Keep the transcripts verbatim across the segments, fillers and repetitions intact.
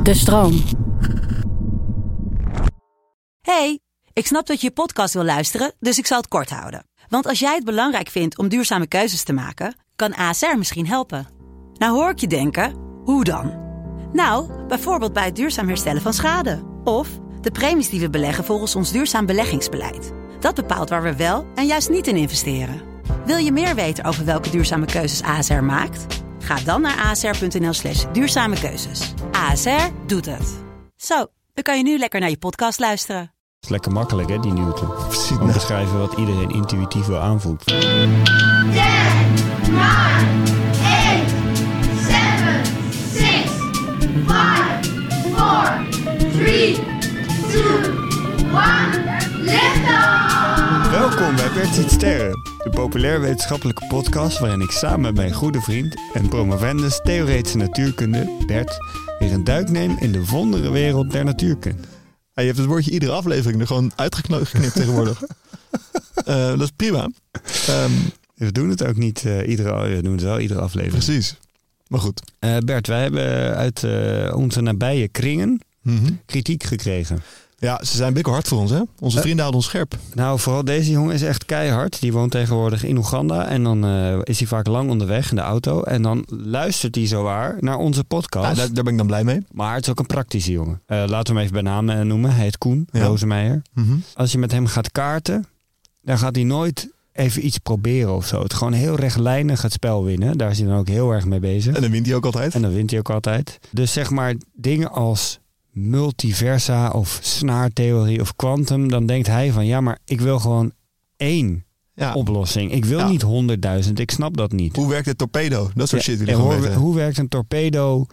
De stroom. Hey, ik snap dat je je podcast wil luisteren, dus ik zal het kort houden. Want als jij het belangrijk vindt om duurzame keuzes te maken, kan A S R misschien helpen. Nou hoor ik je denken, hoe dan? Nou, bijvoorbeeld bij het duurzaam herstellen van schade. Of de premies die we beleggen volgens ons duurzaam beleggingsbeleid. Dat bepaalt waar we wel en juist niet in investeren. Wil je meer weten over welke duurzame keuzes A S R maakt? Ga dan naar asr.nl slash duurzame keuzes. A S R doet het. Zo, dan kan je nu lekker naar je podcast luisteren. Het is lekker makkelijk, hè, die Newton. Precies. Om te beschrijven wat iedereen intuïtief wel aanvoelt. ten, nine, eight, seven, six, five, four, three, two, one, lift off! Welkom bij Bert Ziet Sterren, de populair wetenschappelijke podcast waarin ik samen met mijn goede vriend en promovendus theoretische natuurkunde, Bert, weer een duik neem in de wonderenwereld der natuurkunde. Ja, je hebt het woordje iedere aflevering er gewoon uitgeknipt tegenwoordig. uh, dat is prima. Um, We doen het ook niet uh, iedere, we doen het wel iedere aflevering. precies. Maar goed. Uh, Bert, wij hebben uit uh, onze nabije kringen Mm-hmm. kritiek gekregen. Ja, ze zijn bikkelhard voor ons, hè? Onze Uh, vrienden houden ons scherp. Nou, vooral deze jongen is echt keihard. Die woont tegenwoordig in Oeganda. En dan uh, is hij vaak lang onderweg in de auto. En dan luistert hij zowaar naar onze podcast. Ja, daar, daar ben ik dan blij mee. Maar het is ook een praktische jongen. Uh, laten we hem even bij naam uh, noemen. Hij heet Koen Ja. Rozenmeijer. Mm-hmm. Als je met hem gaat kaarten, dan gaat hij nooit even iets proberen of zo. Het gewoon heel rechtlijnig het spel winnen. Daar is hij dan ook heel erg mee bezig. En dan wint hij ook altijd. En dan wint hij ook altijd. Dus zeg maar dingen als multiversa of snaartheorie of quantum, dan denkt hij van ja, maar ik wil gewoon één Ja. oplossing. Ik wil Ja. niet honderdduizend. Ik snap dat niet. Hoe werkt het torpedo? Dat soort Ja, shit wil je en gewoon hoe, weten. hoe werkt een torpedo?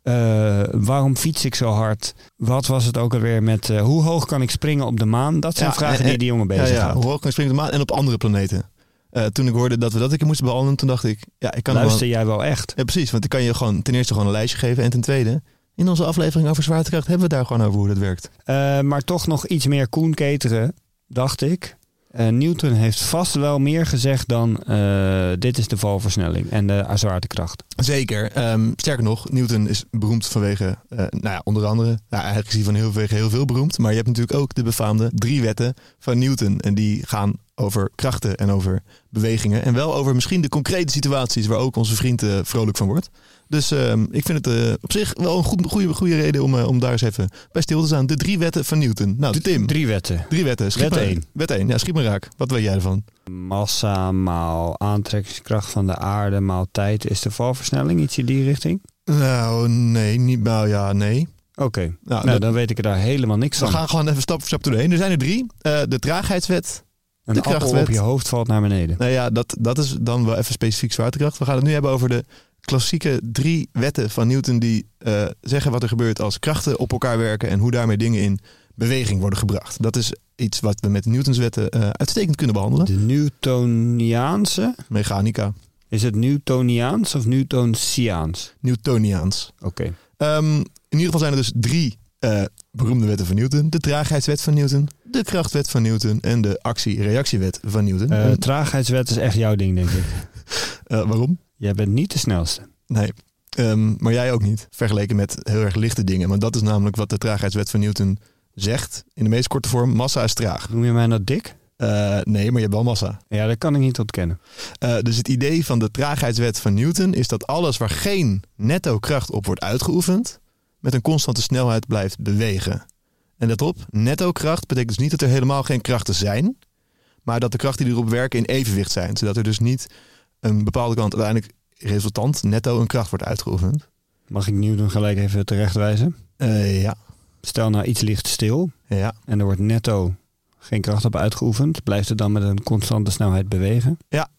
Uh, waarom fiets ik zo hard? Wat was het ook alweer met uh, hoe hoog kan ik springen op de maan? Dat zijn Ja, vragen en- die en- die jongen Ja, bezig ja. Hoe hoog kan je springen op de maan en op andere planeten? Uh, toen ik hoorde dat we dat een keer moesten behandelen, toen dacht ik, ja, ik kan Luister gewoon... jij wel echt? Ja, precies. Want ik kan je gewoon ten eerste gewoon een lijstje geven. En ten tweede, in onze aflevering over zwaartekracht hebben we daar gewoon over hoe dat werkt. Uh, maar toch nog iets meer Koen Keteren, dacht ik. Uh, Newton heeft vast wel meer gezegd dan uh, dit is de valversnelling en de zwaartekracht. Zeker. Um, sterker nog, Newton is beroemd vanwege, uh, nou ja, onder andere, nou, eigenlijk is hij van heel, heel veel beroemd. Maar je hebt natuurlijk ook de befaamde drie wetten van Newton. En die gaan over krachten en over bewegingen. En wel over misschien de concrete situaties waar ook onze vriend uh, vrolijk van wordt. Dus um, ik vind het uh, op zich wel een goed, goede, goede reden om, uh, om daar eens even bij stil te staan. De drie wetten van Newton. Nou, Tim. Drie wetten. Drie wetten. Schiet Wet maar- één. Wet één. Ja, schiet maar raak. Wat weet jij ervan? Massa maal aantrekkingskracht van de aarde maal tijd is de valversnelling. Iets in die richting? Nou, nee. Niet, nou ja, nee. Oké, okay. Nou, nou, dat- dan weet ik er daar helemaal niks We van. gaan gewoon even stap voor stap doorheen. Er zijn er drie. Uh, de traagheidswet. Een de appel krachtwet. op je hoofd valt naar beneden. Nou ja, dat, dat is dan wel even specifiek zwaartekracht. We gaan het nu hebben over de klassieke drie wetten van Newton die uh, zeggen wat er gebeurt als krachten op elkaar werken en hoe daarmee dingen in beweging worden gebracht. Dat is iets wat we met Newtons wetten uh, uitstekend kunnen behandelen. De Newtoniaanse? Mechanica. Is het Newtoniaans of Newtonsiaans? Newtoniaans. Oké. Okay. Um, in ieder geval zijn er dus drie uh, beroemde wetten van Newton. De traagheidswet van Newton, de krachtwet van Newton en de actie-reactiewet van Newton. Uh, Uh, traagheidswet is echt jouw ding, denk ik. uh, waarom? Jij bent niet de snelste. Nee, um, maar jij ook niet. Vergeleken met heel erg lichte dingen. Want dat is namelijk wat de traagheidswet van Newton zegt. In de meest korte vorm, massa is traag. Noem je mij nou dik? Uh, nee, maar je hebt wel massa. Ja, dat kan ik niet ontkennen. Uh, dus het idee van de traagheidswet van Newton is dat alles waar geen netto kracht op wordt uitgeoefend, met een constante snelheid blijft bewegen. En let op, netto kracht betekent dus niet dat er helemaal geen krachten zijn, maar dat de krachten die erop werken in evenwicht zijn. Zodat er dus niet een bepaalde kant uiteindelijk resultant netto een kracht wordt uitgeoefend. Mag ik Newton gelijk even terechtwijzen? Uh, ja. Stel nou iets ligt stil Ja. en er wordt netto geen kracht op uitgeoefend. Blijft het dan met een constante snelheid bewegen?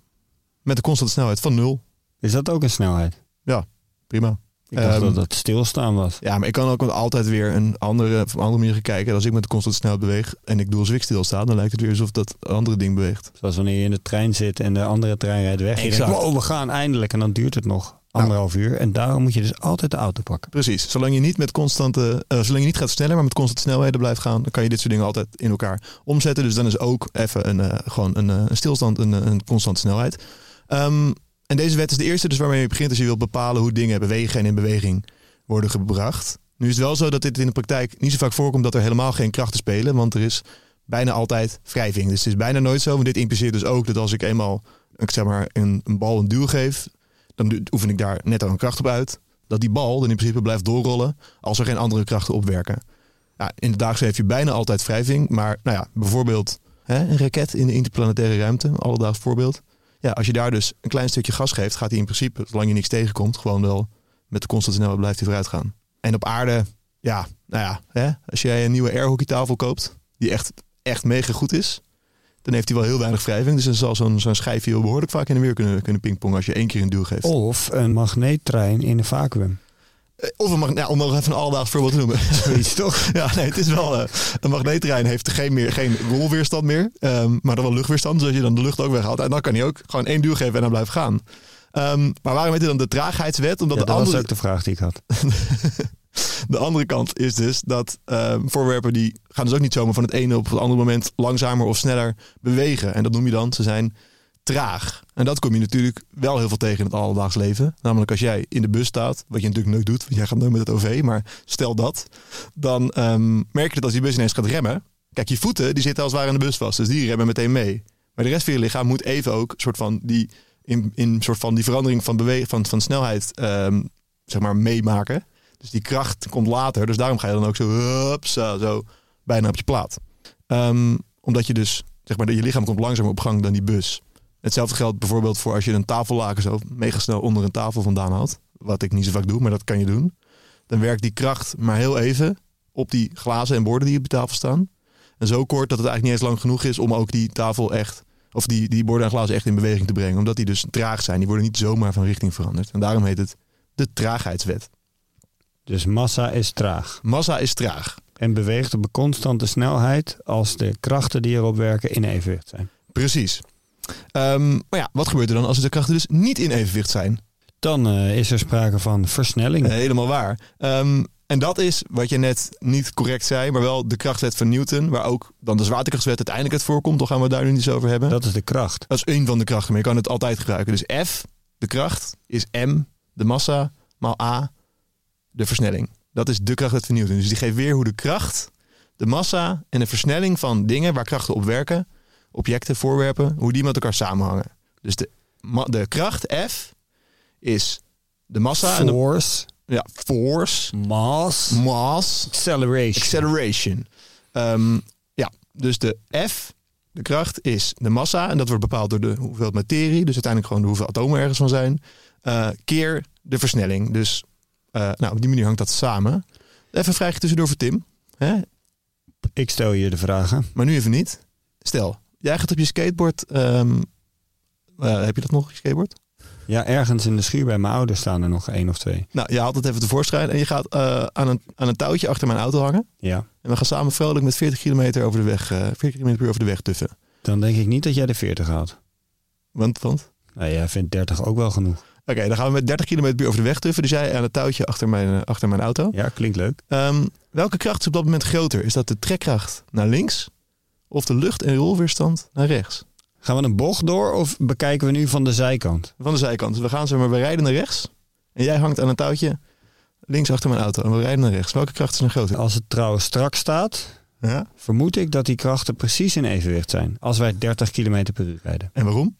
Met een constante snelheid van nul. Is dat ook een snelheid? Prima. Ik dacht Um, dat dat stilstaan was. Ja, maar ik kan ook altijd weer een andere, op een andere manier gaan kijken. Als ik met een constante snelheid beweeg en ik doelzwik stilsta, dan lijkt het weer alsof dat andere ding beweegt. Zoals wanneer je in de trein zit en de andere trein rijdt weg. Je Exact. denkt, wow, we gaan eindelijk. En dan duurt het nog anderhalf uur. En daarom moet je dus altijd de auto pakken. Precies. Zolang je niet met constante, uh, zolang je niet gaat sneller, maar met constante snelheden blijft gaan, dan kan je dit soort dingen altijd in elkaar omzetten. Dus dan is ook even een, uh, gewoon een, uh, een stilstand, een, een constante snelheid. Um, en deze wet is de eerste dus waarmee je begint als je wilt bepalen hoe dingen bewegen en in beweging worden gebracht. Nu is het wel zo dat dit in de praktijk niet zo vaak voorkomt dat er helemaal geen krachten spelen. Want er is bijna altijd wrijving. Dus het is bijna nooit zo. Want dit impliceert dus ook dat als ik eenmaal ik zeg maar, een, een bal een duw geef, dan oefen ik daar net al een kracht op uit. Dat die bal dan in principe blijft doorrollen als er geen andere krachten opwerken. Ja, in de dagelijks heb je bijna altijd wrijving. Maar nou ja, bijvoorbeeld hè, een raket in de interplanetaire ruimte, een alledaags voorbeeld. Ja, als je daar dus een klein stukje gas geeft, gaat hij in principe, zolang je niks tegenkomt, gewoon wel met de constante snelheid blijft hij vooruit gaan. En op aarde, ja, nou ja, hè, als jij een nieuwe airhockeytafel koopt, die echt, echt mega goed is, dan heeft hij wel heel weinig wrijving. Dus dan zal zo'n, zo'n schijfje heel behoorlijk vaak in de weer kunnen, kunnen pingpongen als je één keer een duw geeft. Of een magneettrein in een vacuüm. Of een magneet, ja, om nog even een alledaags voorbeeld te noemen. Zoiets toch? Ja, nee, het is wel, uh, een magneettrein heeft geen, meer, geen rolweerstand meer, um, maar dan wel luchtweerstand. Dus als je dan de lucht ook weghaalt, en dan kan hij ook gewoon één duw geven en dan blijft gaan. Um, maar waarom heet hij dan de traagheidswet? Omdat ja, de dat andere... was ook de vraag die ik had. De andere kant is dus dat uh, voorwerpen die gaan dus ook niet zomaar van het ene op het andere moment langzamer of sneller bewegen. En dat noem je dan, ze zijn traag. En dat kom je natuurlijk wel heel veel tegen in het alledaags leven. Namelijk als jij in de bus staat, wat je natuurlijk nooit doet, want jij gaat nooit met het O V, maar stel dat, dan um, merk je dat als die bus ineens gaat remmen. Kijk, je voeten die zitten als het ware in de bus vast, dus die remmen meteen mee. Maar de rest van je lichaam moet even ook soort van die, in, in soort van die verandering van, bewe- van, van snelheid um, zeg maar meemaken. Dus die kracht komt later. Dus daarom ga je dan ook zo, hupsa, zo bijna op je plaat. Um, omdat je dus, zeg maar, je lichaam komt langzamer op gang dan die bus. Hetzelfde geldt bijvoorbeeld voor als je een tafellaken zo mega snel onder een tafel vandaan haalt. Wat ik niet zo vaak doe, maar dat kan je doen. Dan werkt die kracht maar heel even op die glazen en borden die op de tafel staan. En zo kort dat het eigenlijk niet eens lang genoeg is om ook die tafel echt, of die, die borden en glazen echt in beweging te brengen. Omdat die dus traag zijn. Die worden niet zomaar van richting veranderd. En daarom heet het de traagheidswet. Dus massa is traag. Massa is traag. En beweegt op een constante snelheid als de krachten die erop werken in evenwicht zijn. Precies. Um, maar ja, wat gebeurt er dan als de krachten dus niet in evenwicht zijn? Dan uh, is er sprake van versnelling. Uh, helemaal waar. Um, en dat is wat je net niet correct zei, maar wel de krachtwet van Newton, waar ook dan de zwaartekrachtswet uiteindelijk uit voorkomt. Toch gaan we het daar nu niet eens over hebben. Dat is de kracht. Dat is één van de krachten, maar je kan het altijd gebruiken. Dus F, de kracht, is M, de massa, maal A, de versnelling. Dat is de krachtwet van Newton. Dus die geeft weer hoe de kracht, de massa en de versnelling van dingen waar krachten op werken, objecten, voorwerpen, hoe die met elkaar samenhangen. Dus de, de kracht F is de massa en de force. Ja, force, mass, mass, acceleration. acceleration. Um, ja, dus de F, de kracht, is de massa en dat wordt bepaald door de hoeveelheid materie, dus uiteindelijk gewoon de hoeveel atomen ergens van zijn, uh, keer de versnelling. Dus uh, nou, op die manier hangt dat samen. Even een vraagje tussendoor voor Tim. Hè? Ik stel je de vragen. Maar nu even niet. Stel, jij gaat op je skateboard. Um, uh, heb je dat nog, je skateboard? Ja, ergens in de schuur bij mijn ouders staan er nog één of twee. Nou, je haalt het even tevoorschijn en je gaat uh, aan, een, aan een touwtje achter mijn auto hangen. Ja. En we gaan samen vrolijk met veertig kilometer over de weg, uh, veertig kilometer per uur over de weg tuffen. Dan denk ik niet dat jij de veertig haalt. Want, want? Nou, jij vindt dertig ook wel genoeg. Oké, okay, dan gaan we met dertig kilometer per uur over de weg tuffen. Dus jij aan het touwtje achter mijn, uh, achter mijn auto. Ja, klinkt leuk. Um, welke kracht is op dat moment groter? Is dat de trekkracht naar links of de lucht- en rolweerstand naar rechts? Gaan we een bocht door of bekijken we nu van de zijkant? Van de zijkant. We gaan, zeg maar, we rijden naar rechts. En jij hangt aan een touwtje links achter mijn auto. En we rijden naar rechts. Welke kracht is nou groter? Als het trouwens strak staat, ja? vermoed ik dat die krachten precies in evenwicht zijn. Als wij dertig kilometer per uur rijden. En waarom?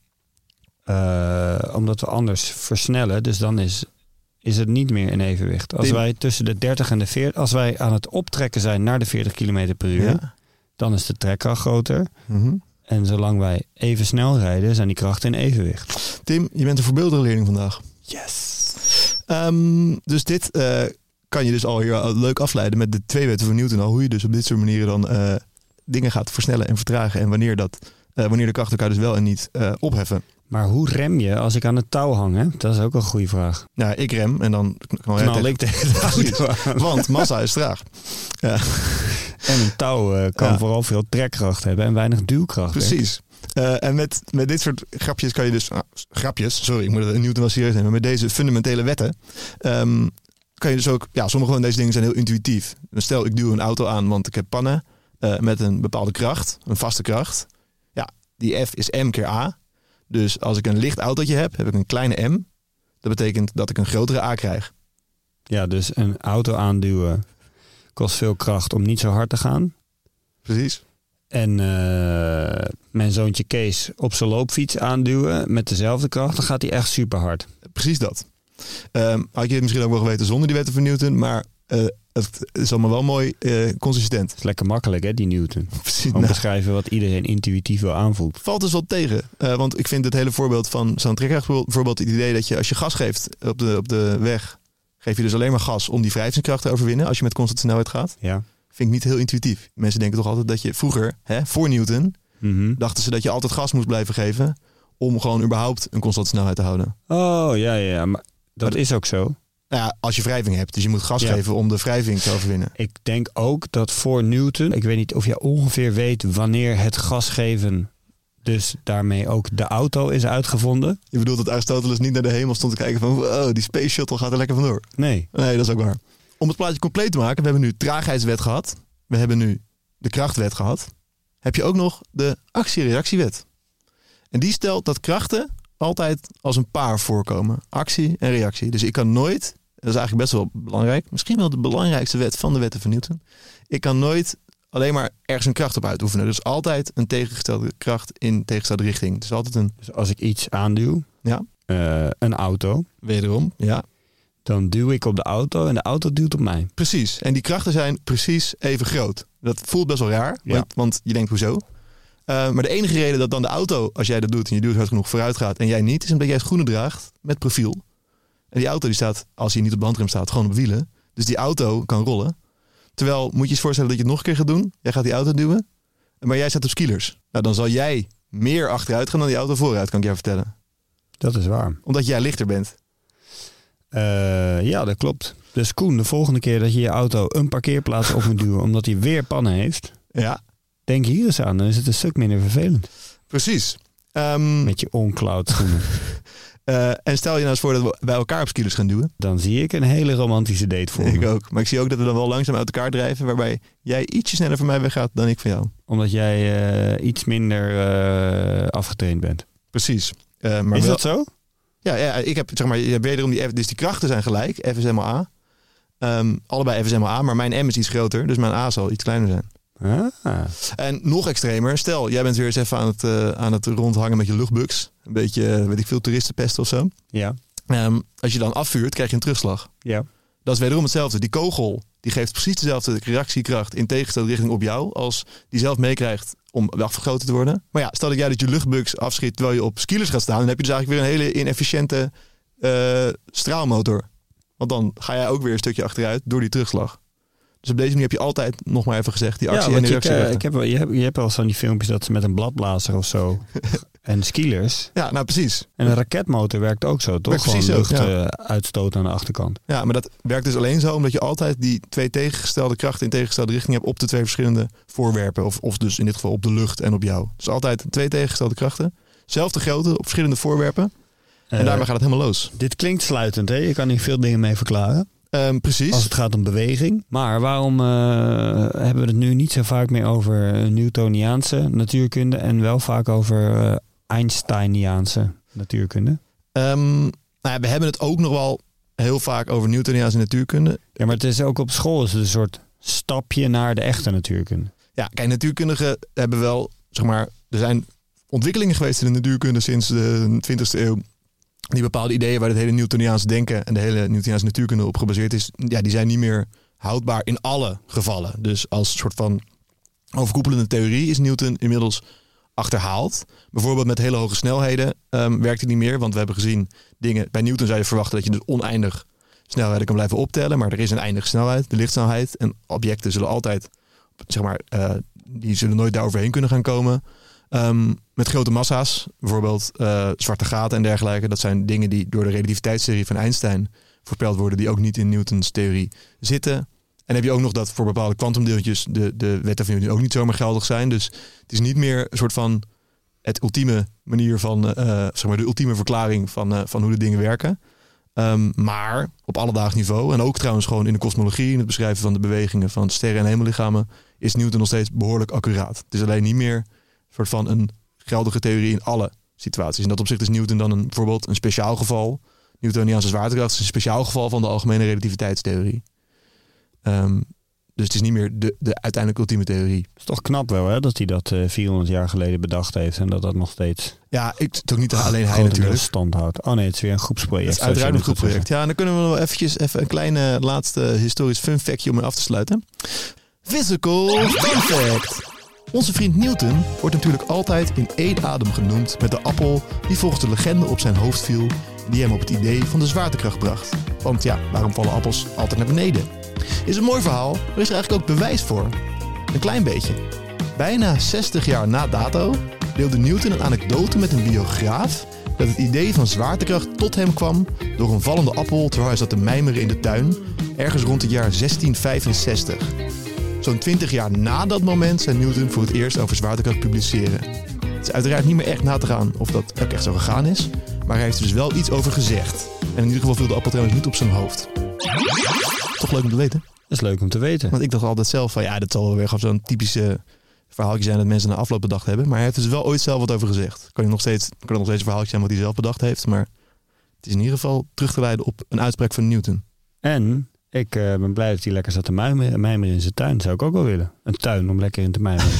Uh, omdat we anders versnellen. Dus dan is, is het niet meer in evenwicht. Als Tim. wij tussen de dertig en de veertig... Als wij aan het optrekken zijn naar de veertig kilometer per uur... Ja. Dan is de trekkracht groter. Mm-hmm. En zolang wij even snel rijden, zijn die krachten in evenwicht. Tim, je bent een voorbeeldige leerling vandaag. Yes! Um, dus dit uh, kan je dus al hier leuk afleiden met de twee wetten van Newton. Al hoe je dus op dit soort manieren dan uh, dingen gaat versnellen en vertragen. En wanneer, dat, uh, wanneer de krachten elkaar dus wel en niet uh, opheffen. Maar hoe rem je als ik aan het touw hang? Hè? Dat is ook een goede vraag. Nou, ik rem en dan kan jij Knal ik tegen de auto aan. Want massa is traag. Ja. En een touw uh, kan ja. vooral veel trekkracht hebben en weinig duwkracht. Precies. Uh, en met, met dit soort grapjes kan je dus... Ah, grapjes, sorry, ik moet het Newton wel serieus nemen. Met deze fundamentele wetten... Um, kan je dus ook... Ja, sommige van deze dingen zijn heel intuïtief. Stel, ik duw een auto aan, want ik heb pannen... Uh, met een bepaalde kracht, een vaste kracht. Ja, die F is M keer A. Dus als ik een licht autootje heb, heb ik een kleine M. Dat betekent dat ik een grotere A krijg. Ja, dus een auto aanduwen kost veel kracht om niet zo hard te gaan. Precies. En uh, mijn zoontje Kees op zijn loopfiets aanduwen met dezelfde kracht, dan gaat hij echt super hard. Precies dat. Um, had je het misschien ook wel geweten zonder die wetten van Newton, maar uh, het is allemaal wel mooi uh, consistent. Het is lekker makkelijk, hè, die Newton. Precies. Om nou, beschrijven wat iedereen intuïtief wel aanvoelt. Valt dus wel tegen. Uh, want ik vind het hele voorbeeld van zo'n trekkracht, bijvoorbeeld het idee dat je als je gas geeft op de, op de weg, geef je dus alleen maar gas om die wrijvingskracht te overwinnen als je met constante snelheid gaat. Ja. Vind ik niet heel intuïtief. Mensen denken toch altijd dat je vroeger, hè, voor Newton, mm-hmm. dachten ze dat je altijd gas moest blijven geven om gewoon überhaupt een constante snelheid te houden. Oh, ja, ja, maar dat maar is ook zo. Nou ja, als je wrijving hebt, dus je moet gas ja. geven om de wrijving te overwinnen. Ik denk ook dat voor Newton, ik weet niet of je ongeveer weet wanneer het gas geven, dus daarmee ook de auto is uitgevonden. Je bedoelt dat Aristoteles niet naar de hemel stond te kijken van, wow, die space shuttle gaat er lekker vandoor. Nee. Nee, dat is ook waar. Om het plaatje compleet te maken, we hebben nu traagheidswet gehad. We hebben nu de krachtwet gehad. Heb je ook nog de actie-reactiewet. En die stelt dat krachten altijd als een paar voorkomen. Actie en reactie. Dus ik kan nooit, dat is eigenlijk best wel belangrijk, misschien wel de belangrijkste wet van de wetten van Newton. Ik kan nooit alleen maar ergens een kracht op uitoefenen. Dus altijd een tegengestelde kracht in tegengestelde richting. Dus altijd een... Dus als ik iets aanduw, ja. uh, een auto. Wederom, ja. Dan duw ik op de auto en de auto duwt op mij. Precies. En die krachten zijn precies even groot. Dat voelt best wel raar, ja. want, want je denkt hoezo? Uh, maar de enige reden dat dan de auto, als jij dat doet en je duwt hard genoeg vooruit gaat en jij niet, is omdat jij schoenen draagt met profiel. En die auto die staat, als hij niet op de handrem staat, gewoon op wielen. Dus die auto kan rollen. Terwijl, moet je je eens voorstellen dat je het nog een keer gaat doen. Jij gaat die auto duwen, maar jij staat op skilers. Nou, dan zal jij meer achteruit gaan dan die auto vooruit, kan ik jou vertellen. Dat is waar. Omdat jij lichter bent. Uh, ja, dat klopt. Dus Koen, de volgende keer dat je je auto een parkeerplaats op moet duwen omdat hij weer pannen heeft, ja. denk hier eens aan, dan is het een stuk minder vervelend. Precies. Um, Met je on-cloud schoenen. uh, en stel je nou eens voor dat we bij elkaar op skilers gaan duwen. Dan zie ik een hele romantische date voor me. Ik ook. Maar ik zie ook dat we dan wel langzaam uit elkaar drijven, waarbij jij ietsje sneller van mij weggaat dan ik van jou. Omdat jij uh, iets minder uh, afgetraind bent. Precies. Uh, maar is wel... dat zo? Ja, ja, ik heb, zeg maar, je hebt wederom die, dus die krachten zijn gelijk, F is helemaal A. Um, allebei F is helemaal A, maar mijn M is iets groter, dus mijn A zal iets kleiner zijn. Ah. En nog extremer, stel, jij bent weer eens even aan het, uh, aan het rondhangen met je luchtbugs. Een beetje, weet ik veel, toeristenpest of zo. Ja. Um, als je dan afvuurt, krijg je een terugslag. Ja. Dat is wederom hetzelfde. Die kogel, die geeft precies dezelfde reactiekracht in tegenstelde richting op jou, als die zelf meekrijgt om afgegoten te worden. Maar ja, stel dat jij dat je luchtbugs afschiet terwijl je op skilers gaat staan, dan heb je dus eigenlijk weer een hele inefficiënte uh, straalmotor. Want dan ga jij ook weer een stukje achteruit door die terugslag. Dus op deze manier heb je altijd, nog maar even gezegd, die actie ja, en de reactie. Ik, uh, ik heb, je, hebt, je hebt wel eens van die filmpjes dat ze met een bladblazer of zo en skilers. Ja, nou precies. En een raketmotor werkt ook zo, toch? Gewoon lucht ja. uh, uitstoot aan de achterkant. Ja, maar dat werkt dus alleen zo omdat je altijd die twee tegengestelde krachten in tegengestelde richting hebt op de twee verschillende voorwerpen. Of, of dus in dit geval op de lucht en op jou. Dus altijd twee tegengestelde krachten. Zelfde grootte op verschillende voorwerpen. En uh, daarmee gaat het helemaal los. Dit klinkt sluitend, hè? Je kan hier veel dingen mee verklaren. Um, precies. Als het gaat om beweging. Maar waarom uh, hebben we het nu niet zo vaak meer over Newtoniaanse natuurkunde en wel vaak over uh, Einsteiniaanse natuurkunde? Um, nou ja, we hebben het ook nog wel heel vaak over Newtoniaanse natuurkunde. Ja, maar het is ook op school is het een soort stapje naar de echte natuurkunde. Ja, kijk, natuurkundigen hebben wel, zeg maar, er zijn ontwikkelingen geweest in de natuurkunde sinds de twintigste eeuw. Die bepaalde ideeën waar het hele Newtoniaanse denken en de hele Newtoniaanse natuurkunde op gebaseerd is, ja, die zijn niet meer houdbaar in alle gevallen. Dus als soort van overkoepelende theorie is Newton inmiddels achterhaald. Bijvoorbeeld met hele hoge snelheden um, werkt het niet meer, want we hebben gezien dingen. Bij Newton zou je verwachten dat je dus oneindig snelheden kan blijven optellen, maar er is een eindige snelheid, de lichtsnelheid. En objecten zullen altijd, zeg maar, uh, die zullen nooit daar overheen kunnen gaan komen. Um, met grote massa's, bijvoorbeeld uh, zwarte gaten en dergelijke. Dat zijn dingen die door de relativiteitstheorie van Einstein voorspeld worden, die ook niet in Newtons theorie zitten. En dan heb je ook nog dat voor bepaalde kwantumdeeltjes de, de wetten van Newton ook niet zomaar geldig zijn. Dus het is niet meer een soort van het ultieme manier van, uh, zeg maar de ultieme verklaring van, uh, van hoe de dingen werken. Um, maar op alledaags niveau, en ook trouwens gewoon in de kosmologie, in het beschrijven van de bewegingen van sterren en hemellichamen, is Newton nog steeds behoorlijk accuraat. Het is alleen niet meer een soort van een geldige theorie in alle situaties. In dat opzicht is Newton dan een, bijvoorbeeld een speciaal geval Newtoniaanse zwaartekracht is een speciaal geval van de algemene relativiteitstheorie. Um, dus het is niet meer de, de uiteindelijk ultieme theorie. Het is toch knap wel hè, dat hij dat uh, vierhonderd jaar geleden bedacht heeft en dat dat nog steeds... Ja, ik, het is ook niet alleen hij natuurlijk. Stand houdt. Oh nee, het is weer een groepsproject. Het is uiteraard een groepsproject. Ja, en dan kunnen we nog eventjes even een kleine laatste historisch fun factje om mee af te sluiten. Physical fun fact. Onze vriend Newton wordt natuurlijk altijd in één adem genoemd met de appel die volgens de legende op zijn hoofd viel en die hem op het idee van de zwaartekracht bracht. Want ja, waarom vallen appels altijd naar beneden? Is een mooi verhaal, maar is er eigenlijk ook bewijs voor. Een klein beetje. Bijna zestig jaar na dato deelde Newton een anekdote met een biograaf dat het idee van zwaartekracht tot hem kwam door een vallende appel terwijl hij zat te mijmeren in de tuin, ergens rond het jaar zestien vijfenzestig. Zo'n twintig jaar na dat moment zei Newton voor het eerst over zwaartekracht publiceren. Het is uiteraard niet meer echt na te gaan of dat ook echt zo gegaan is, maar hij heeft er dus wel iets over gezegd. En in ieder geval viel de appel trouwens niet op zijn hoofd. Toch leuk om te weten. Dat is leuk om te weten. Want ik dacht altijd zelf van ja, dat zal wel weer gewoon zo'n typische verhaaltje zijn dat mensen na afloop bedacht hebben. Maar hij heeft er dus wel ooit zelf wat over gezegd. Kan, je nog steeds, kan er nog steeds een verhaaltje zijn wat hij zelf bedacht heeft. Maar het is in ieder geval terug te leiden op een uitspraak van Newton. En ik uh, ben blij dat hij lekker zat te mijmeren, mijmeren in zijn tuin. Zou ik ook wel willen. Een tuin om lekker in te mijmeren.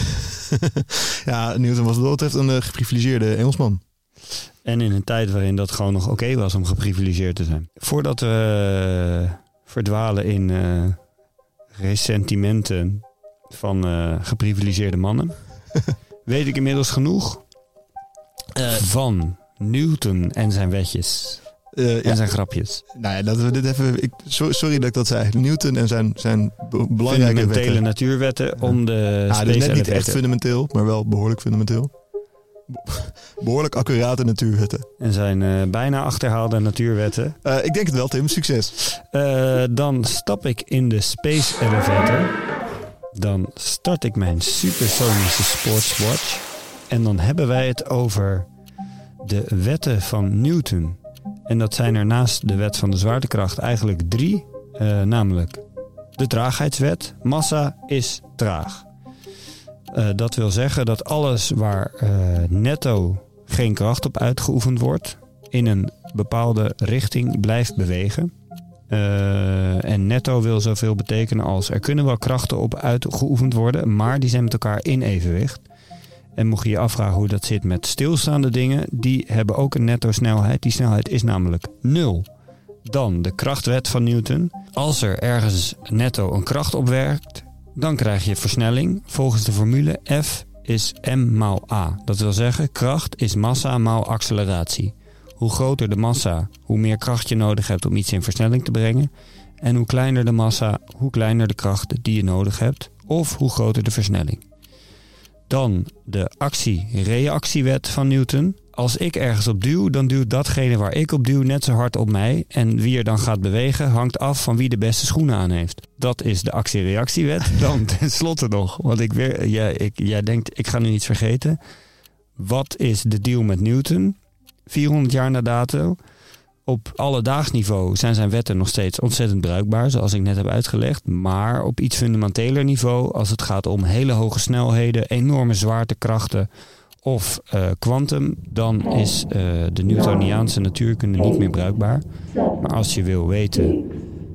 Ja, Newton was wat dat betreft een uh, geprivilegeerde Engelsman. En in een tijd waarin dat gewoon nog oké okay was om geprivilegeerd te zijn. Voordat we uh, verdwalen in uh, ressentimenten van uh, geprivilegeerde mannen, weet ik inmiddels genoeg uh, van Newton en zijn wetjes. Uh, en ja. zijn grapjes. Nou ja, laten we dit even. Ik, sorry dat ik dat zei. Newton en zijn, zijn belangrijke fundamentele wetten. natuurwetten ja. om de ja, space dus net niet elevator. echt fundamenteel, maar wel behoorlijk fundamenteel. Behoorlijk accurate natuurwetten. En zijn uh, bijna achterhaalde natuurwetten. Uh, ik denk het wel, Tim. Succes. Uh, dan stap ik in de space elevator. Dan start ik mijn supersonische sportswatch. En dan hebben wij het over de wetten van Newton. En dat zijn er naast de wet van de zwaartekracht eigenlijk drie. Uh, namelijk de traagheidswet. Massa is traag. Uh, dat wil zeggen dat alles waar uh, netto geen kracht op uitgeoefend wordt, in een bepaalde richting blijft bewegen. Uh, en netto wil zoveel betekenen als er kunnen wel krachten op uitgeoefend worden, maar die zijn met elkaar in evenwicht. En mocht je je afvragen hoe dat zit met stilstaande dingen, die hebben ook een netto snelheid. Die snelheid is namelijk nul. Dan de krachtwet van Newton. Als er ergens netto een kracht op werkt, dan krijg je versnelling volgens de formule F is m maal a. Dat wil zeggen, kracht is massa maal acceleratie. Hoe groter de massa, hoe meer kracht je nodig hebt om iets in versnelling te brengen. En hoe kleiner de massa, hoe kleiner de kracht die je nodig hebt. Of hoe groter de versnelling. Dan de actie-reactiewet van Newton. Als ik ergens op duw, dan duwt datgene waar ik op duw net zo hard op mij. En wie er dan gaat bewegen, hangt af van wie de beste schoenen aan heeft. Dat is de actie-reactiewet. Dan tenslotte nog, want ik weer, jij, ik, jij denkt, ik ga nu iets vergeten. Wat is de deal met Newton? vierhonderd jaar na dato. Op alledaags niveau zijn zijn wetten nog steeds ontzettend bruikbaar, zoals ik net heb uitgelegd. Maar op iets fundamenteler niveau, als het gaat om hele hoge snelheden, enorme zwaartekrachten of kwantum, uh, dan is uh, de Newtoniaanse natuurkunde niet meer bruikbaar. Maar als je wil weten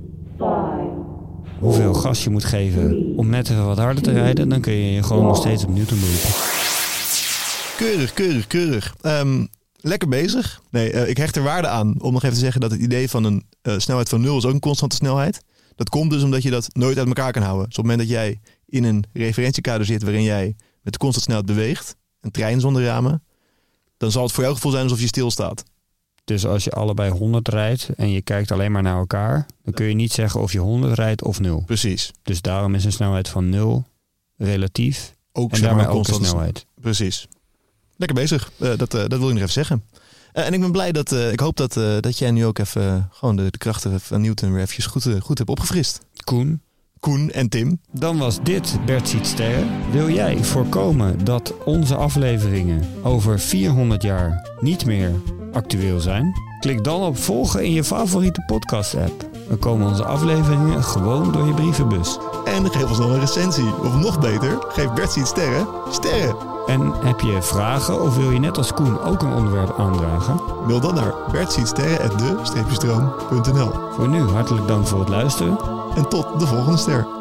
hoeveel gas je moet geven om net even wat harder te rijden, dan kun je je gewoon nog steeds op Newton beroepen. Keurig, keurig, keurig. Um, lekker bezig. Nee, uh, ik hecht er waarde aan om nog even te zeggen dat het idee van een uh, snelheid van nul is ook een constante snelheid. Dat komt dus omdat je dat nooit uit elkaar kan houden. Dus op het moment dat jij in een referentiekader zit waarin jij met de constante snelheid beweegt, een trein zonder ramen, dan zal het voor jouw gevoel zijn alsof je stilstaat. Dus als je allebei honderd rijdt en je kijkt alleen maar naar elkaar, dan kun je niet zeggen of je honderd rijdt of nul. Precies. Dus daarom is een snelheid van nul relatief ook, en daarmee ook een snelheid. Precies. Lekker bezig. Uh, dat, uh, dat wil ik nog even zeggen. Uh, en ik ben blij dat, uh, ik hoop dat, uh, dat jij nu ook even uh, gewoon de, de krachten van Newton weer eventjes goed, uh, goed hebt opgefrist. Koen. Koen en Tim. Dan was dit Bert Ziet Sterren. Wil jij voorkomen dat onze afleveringen over vierhonderd jaar niet meer actueel zijn? Klik dan op volgen in je favoriete podcast-app. Dan komen onze afleveringen gewoon door je brievenbus. En geef ons dan een recensie. Of nog beter, geef Bertsiet sterren. Sterren! En heb je vragen of wil je net als Koen ook een onderwerp aandragen? Mail dan naar bertsietsterren apenstaartje de streepjestroom punt n l. Voor nu hartelijk dank voor het luisteren. En tot de volgende ster.